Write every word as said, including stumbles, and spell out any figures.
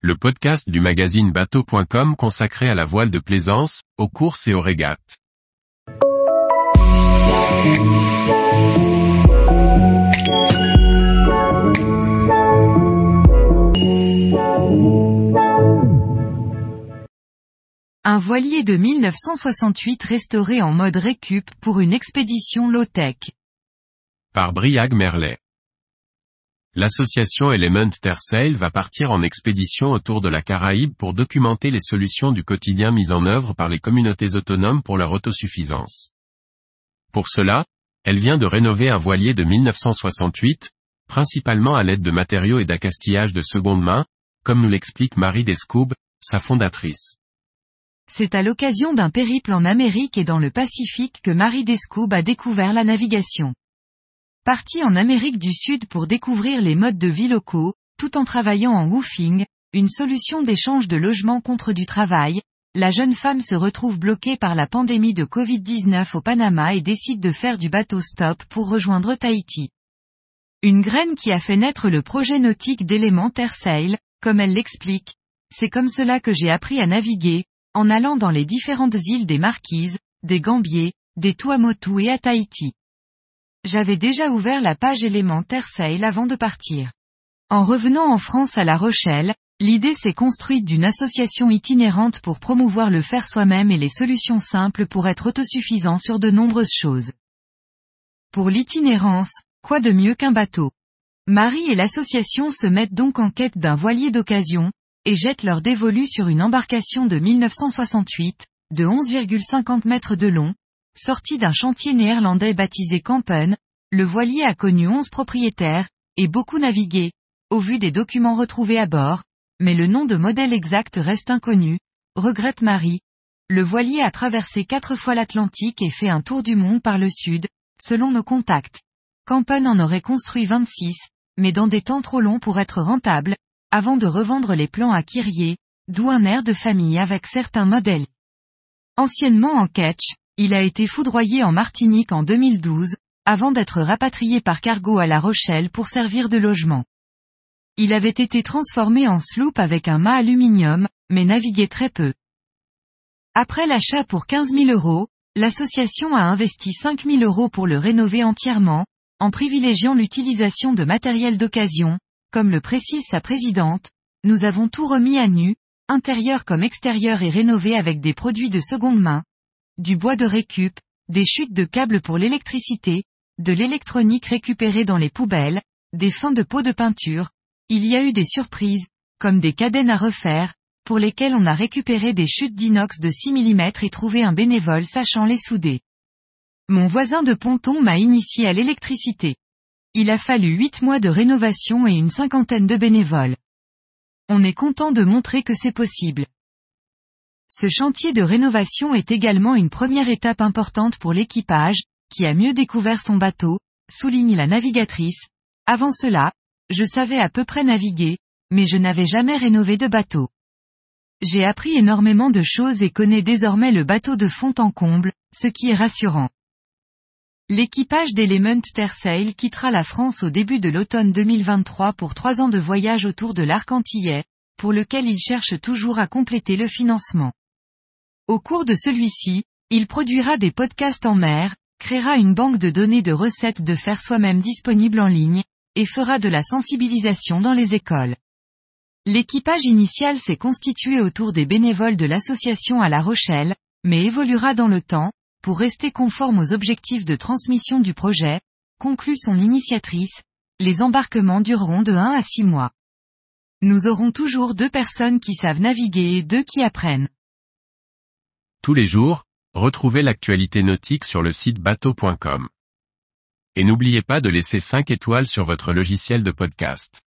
le podcast du magazine bateau point com consacré à la voile de plaisance, aux courses et aux régates. Un voilier de mille neuf cent soixante-huit restauré en mode récup pour une expédition low-tech. Par Briag Merlet. L'association Element Tersail va partir en expédition autour de la Caraïbe pour documenter les solutions du quotidien mises en œuvre par les communautés autonomes pour leur autosuffisance. Pour cela, elle vient de rénover un voilier de mille neuf cent soixante-huit, principalement à l'aide de matériaux et d'accastillage de seconde main, comme nous l'explique Marie Descoubes, sa fondatrice. C'est à l'occasion d'un périple en Amérique et dans le Pacifique que Marie Descoubes a découvert la navigation. Partie en Amérique du Sud pour découvrir les modes de vie locaux, tout en travaillant en woofing, une solution d'échange de logement contre du travail, la jeune femme se retrouve bloquée par la pandémie de covid dix-neuf au Panama et décide de faire du bateau stop pour rejoindre Tahiti. Une graine qui a fait naître le projet nautique d'Element Tersail, comme elle l'explique. C'est comme cela que j'ai appris à naviguer, en allant dans les différentes îles des Marquises, des Gambiers, des Tuamotu et à Tahiti. J'avais déjà ouvert la page Element Tersail avant de partir. En revenant en France à La Rochelle, l'idée s'est construite d'une association itinérante pour promouvoir le faire soi-même et les solutions simples pour être autosuffisant sur de nombreuses choses. Pour l'itinérance, quoi de mieux qu'un bateau? Marie et l'association se mettent donc en quête d'un voilier d'occasion, et jettent leur dévolu sur une embarcation de mille neuf cent soixante-huit, de onze virgule cinquante mètres de long, sortie d'un chantier néerlandais baptisé Kampen. Le voilier a connu onze propriétaires, et beaucoup navigué, au vu des documents retrouvés à bord, mais le nom de modèle exact reste inconnu, regrette Marie. Le voilier a traversé quatre fois l'Atlantique et fait un tour du monde par le sud, selon nos contacts. Kampen en aurait construit vingt-six, mais dans des temps trop longs pour être rentable, avant de revendre les plans à Kyrier, d'où un air de famille avec certains modèles. Anciennement en ketch, il a été foudroyé en Martinique en deux mille douze, avant d'être rapatrié par cargo à La Rochelle pour servir de logement. Il avait été transformé en sloop avec un mât aluminium, mais naviguait très peu. Après l'achat pour quinze mille euros, l'association a investi cinq mille euros pour le rénover entièrement, en privilégiant l'utilisation de matériel d'occasion. Comme le précise sa présidente, nous avons tout remis à nu, intérieur comme extérieur et rénové avec des produits de seconde main, du bois de récup, des chutes de câbles pour l'électricité, de l'électronique récupérée dans les poubelles, des fins de pots de peinture. Il y a eu des surprises, comme des cadennes à refaire, pour lesquelles on a récupéré des chutes d'inox de six millimètres et trouvé un bénévole sachant les souder. Mon voisin de ponton m'a initié à l'électricité. Il a fallu huit mois de rénovation et une cinquantaine de bénévoles. On est content de montrer que c'est possible. Ce chantier de rénovation est également une première étape importante pour l'équipage, qui a mieux découvert son bateau, souligne la navigatrice. Avant cela, je savais à peu près naviguer, mais je n'avais jamais rénové de bateau. J'ai appris énormément de choses et connais désormais le bateau de fond en comble, ce qui est rassurant. L'équipage d'Element Tersail quittera la France au début de l'automne deux mille vingt-trois pour trois ans de voyage autour de l'arc antillais, pour lequel il cherche toujours à compléter le financement. Au cours de celui-ci, il produira des podcasts en mer, créera une banque de données de recettes de faire soi-même disponible en ligne, et fera de la sensibilisation dans les écoles. L'équipage initial s'est constitué autour des bénévoles de l'association à La Rochelle, mais évoluera dans le temps, pour rester conforme aux objectifs de transmission du projet, conclut son initiatrice. Les embarquements dureront de un à six mois. Nous aurons toujours deux personnes qui savent naviguer et deux qui apprennent. Tous les jours, retrouvez l'actualité nautique sur le site bateau point com. Et n'oubliez pas de laisser cinq étoiles sur votre logiciel de podcast.